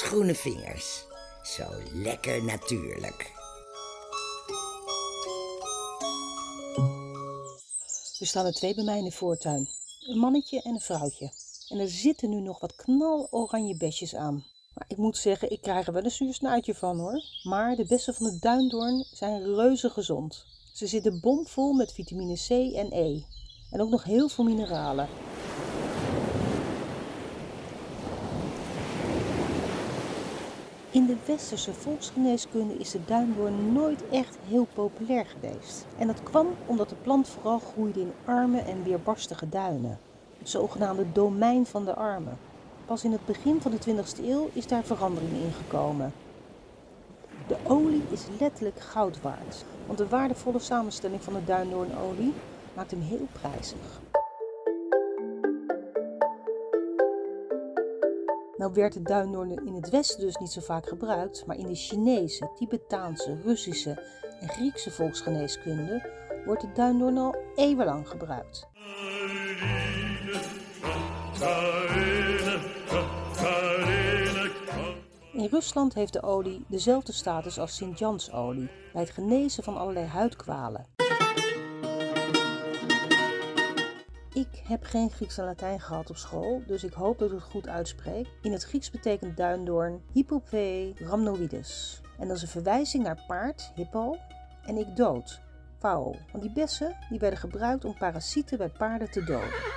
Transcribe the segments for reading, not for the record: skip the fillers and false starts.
groene vingers. Zo lekker natuurlijk. Er staan er 2 bij mij in de voortuin. Een mannetje en een vrouwtje. En er zitten nu nog wat knaloranje besjes aan. Maar ik moet zeggen, ik krijg er wel een zuur snuitje van hoor. Maar de bessen van de duindoorn zijn reuze gezond. Ze zitten bomvol met vitamine C en E. En ook nog heel veel mineralen. In de westerse volksgeneeskunde is de duindoorn nooit echt heel populair geweest. En dat kwam omdat de plant vooral groeide in arme en weerbarstige duinen. Het zogenaamde domein van de armen. Pas in het begin van de 20e eeuw is daar verandering in gekomen. De olie is letterlijk goud waard, want de waardevolle samenstelling van de duindoornolie maakt hem heel prijzig. Nou werd de duindoorn in het westen dus niet zo vaak gebruikt, maar in de Chinese, Tibetaanse, Russische en Griekse volksgeneeskunde wordt de duindoorn al eeuwenlang gebruikt. In Rusland heeft de olie dezelfde status als Sint-Jansolie bij het genezen van allerlei huidkwalen. Ik heb geen Grieks en Latijn gehad op school, dus ik hoop dat ik het goed uitspreek. In het Grieks betekent duindoorn Hippophae rhamnoides. En dat is een verwijzing naar paard, hippo, en ik dood, phao. Want die bessen die werden gebruikt om parasieten bij paarden te doden.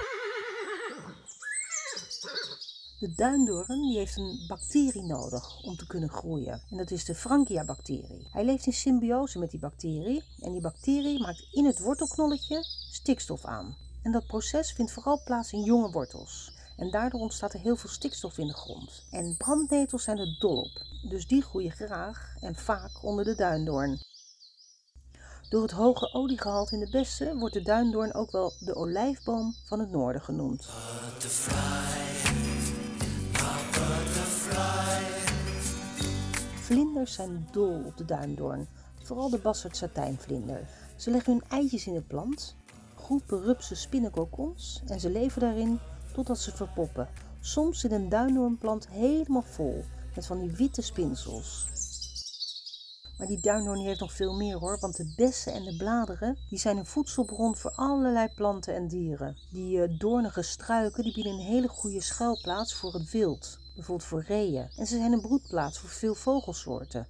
De duindoorn die heeft een bacterie nodig om te kunnen groeien. En dat is de Frankia-bacterie. Hij leeft in symbiose met die bacterie. En die bacterie maakt in het wortelknolletje stikstof aan. En dat proces vindt vooral plaats in jonge wortels. En daardoor ontstaat er heel veel stikstof in de grond. En brandnetels zijn er dol op. Dus die groeien graag en vaak onder de duindoorn. Door het hoge oliegehalte in de bessen wordt de duindoorn ook wel de olijfboom van het noorden genoemd. Vlinders zijn dol op de duindoorn, vooral de bastard satijnvlinder. Ze leggen hun eitjes in de plant, groepen rupsen spinnen kokons en ze leven daarin totdat ze verpoppen. Soms zit een duindoornplant helemaal vol met van die witte spinsels. Maar die duindoorn heeft nog veel meer hoor, want de bessen en de bladeren die zijn een voedselbron voor allerlei planten en dieren. Die doornige struiken die bieden een hele goede schuilplaats voor het wild, bijvoorbeeld voor reeën. En ze zijn een broedplaats voor veel vogelsoorten.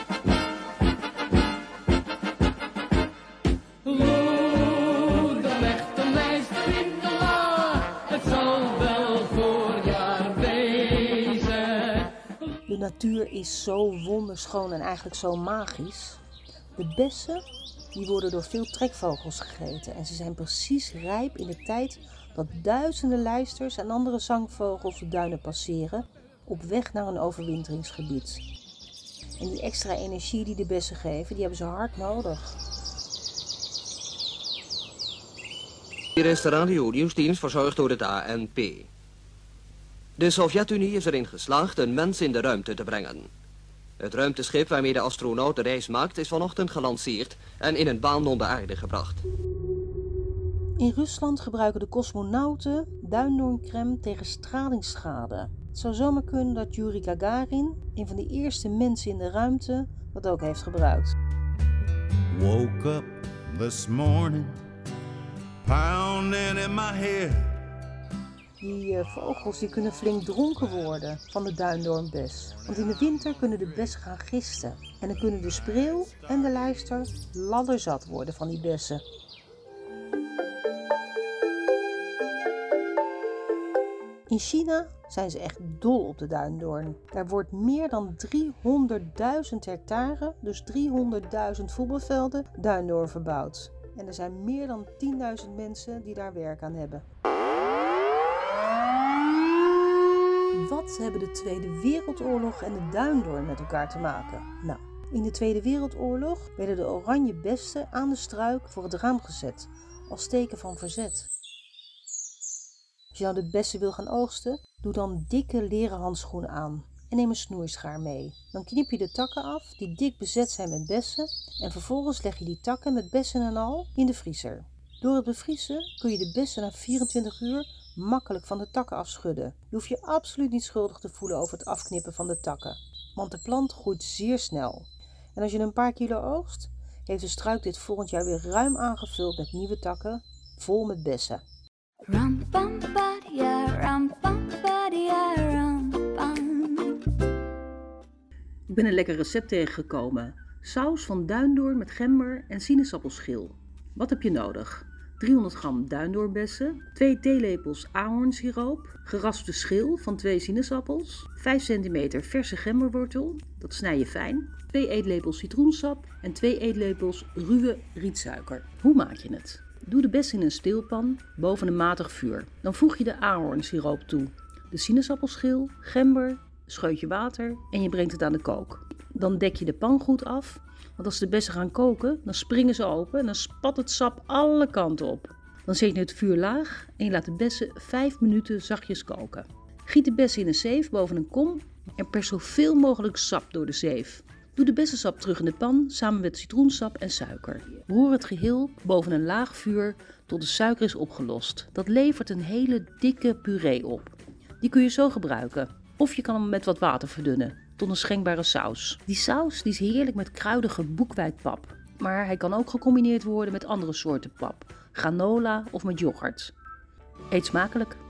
De natuur is zo wonderschoon en eigenlijk zo magisch. De bessen die worden door veel trekvogels gegeten en ze zijn precies rijp in de tijd dat duizenden lijsters en andere zangvogels de duinen passeren op weg naar een overwinteringsgebied. En die extra energie die de bessen geven, die hebben ze hard nodig. Hier is de radio-nieuwsdienst verzorgd door het ANP. De Sovjet-Unie is erin geslaagd een mens in de ruimte te brengen. Het ruimteschip waarmee de astronaut de reis maakt is vanochtend gelanceerd en in een baan om de aarde gebracht. In Rusland gebruiken de cosmonauten duindoorncrème tegen stralingsschade. Het zou zomaar kunnen dat Yuri Gagarin, een van de eerste mensen in de ruimte, dat ook heeft gebruikt. Woke up this morning, pounding in my head. Die vogels die kunnen flink dronken worden van de duindoornbes. Want in de winter kunnen de bessen gaan gisten. En dan kunnen de spreeuw en de lijster ladderzat worden van die bessen. In China zijn ze echt dol op de duindoorn. Daar wordt meer dan 300.000 hectare, dus 300.000 voetbalvelden, duindoorn verbouwd. En er zijn meer dan 10.000 mensen die daar werk aan hebben. Wat hebben de Tweede Wereldoorlog en de duindoorn met elkaar te maken? Nou, in de Tweede Wereldoorlog werden de oranje bessen aan de struik voor het raam gezet, als teken van verzet. Als je nou de bessen wil gaan oogsten, doe dan dikke leren handschoenen aan en neem een snoeischaar mee. Dan knip je de takken af die dik bezet zijn met bessen en vervolgens leg je die takken met bessen en al in de vriezer. Door het bevriezen kun je de bessen na 24 uur makkelijk van de takken afschudden. Je hoeft je absoluut niet schuldig te voelen over het afknippen van de takken, want de plant groeit zeer snel. En als je een paar kilo oogst, heeft de struik dit volgend jaar weer ruim aangevuld met nieuwe takken, vol met bessen. Ik ben een lekker recept tegengekomen. Saus van duindoorn met gember en sinaasappelschil. Wat heb je nodig? 300 gram duindoornbessen, 2 theelepels ahornsiroop, geraspte schil van 2 sinaasappels, 5 cm verse gemberwortel, dat snij je fijn, 2 eetlepels citroensap en 2 eetlepels ruwe rietsuiker. Hoe maak je het? Doe de bessen in een steelpan boven een matig vuur. Dan voeg je de ahornsiroop toe, de sinaasappelschil, gember, een scheutje water en je brengt het aan de kook. Dan dek je de pan goed af, want als de bessen gaan koken, dan springen ze open en dan spat het sap alle kanten op. Dan zet je het vuur laag en je laat de bessen 5 minuten zachtjes koken. Giet de bessen in een zeef boven een kom en pers zoveel mogelijk sap door de zeef. Doe de bessensap terug in de pan samen met citroensap en suiker. Roer het geheel boven een laag vuur tot de suiker is opgelost. Dat levert een hele dikke puree op. Die kun je zo gebruiken. Of je kan hem met wat water verdunnen tot een schenkbare saus. Die saus is heerlijk met kruidige boekweit-pap. Maar hij kan ook gecombineerd worden met andere soorten pap. Granola of met yoghurt. Eet smakelijk!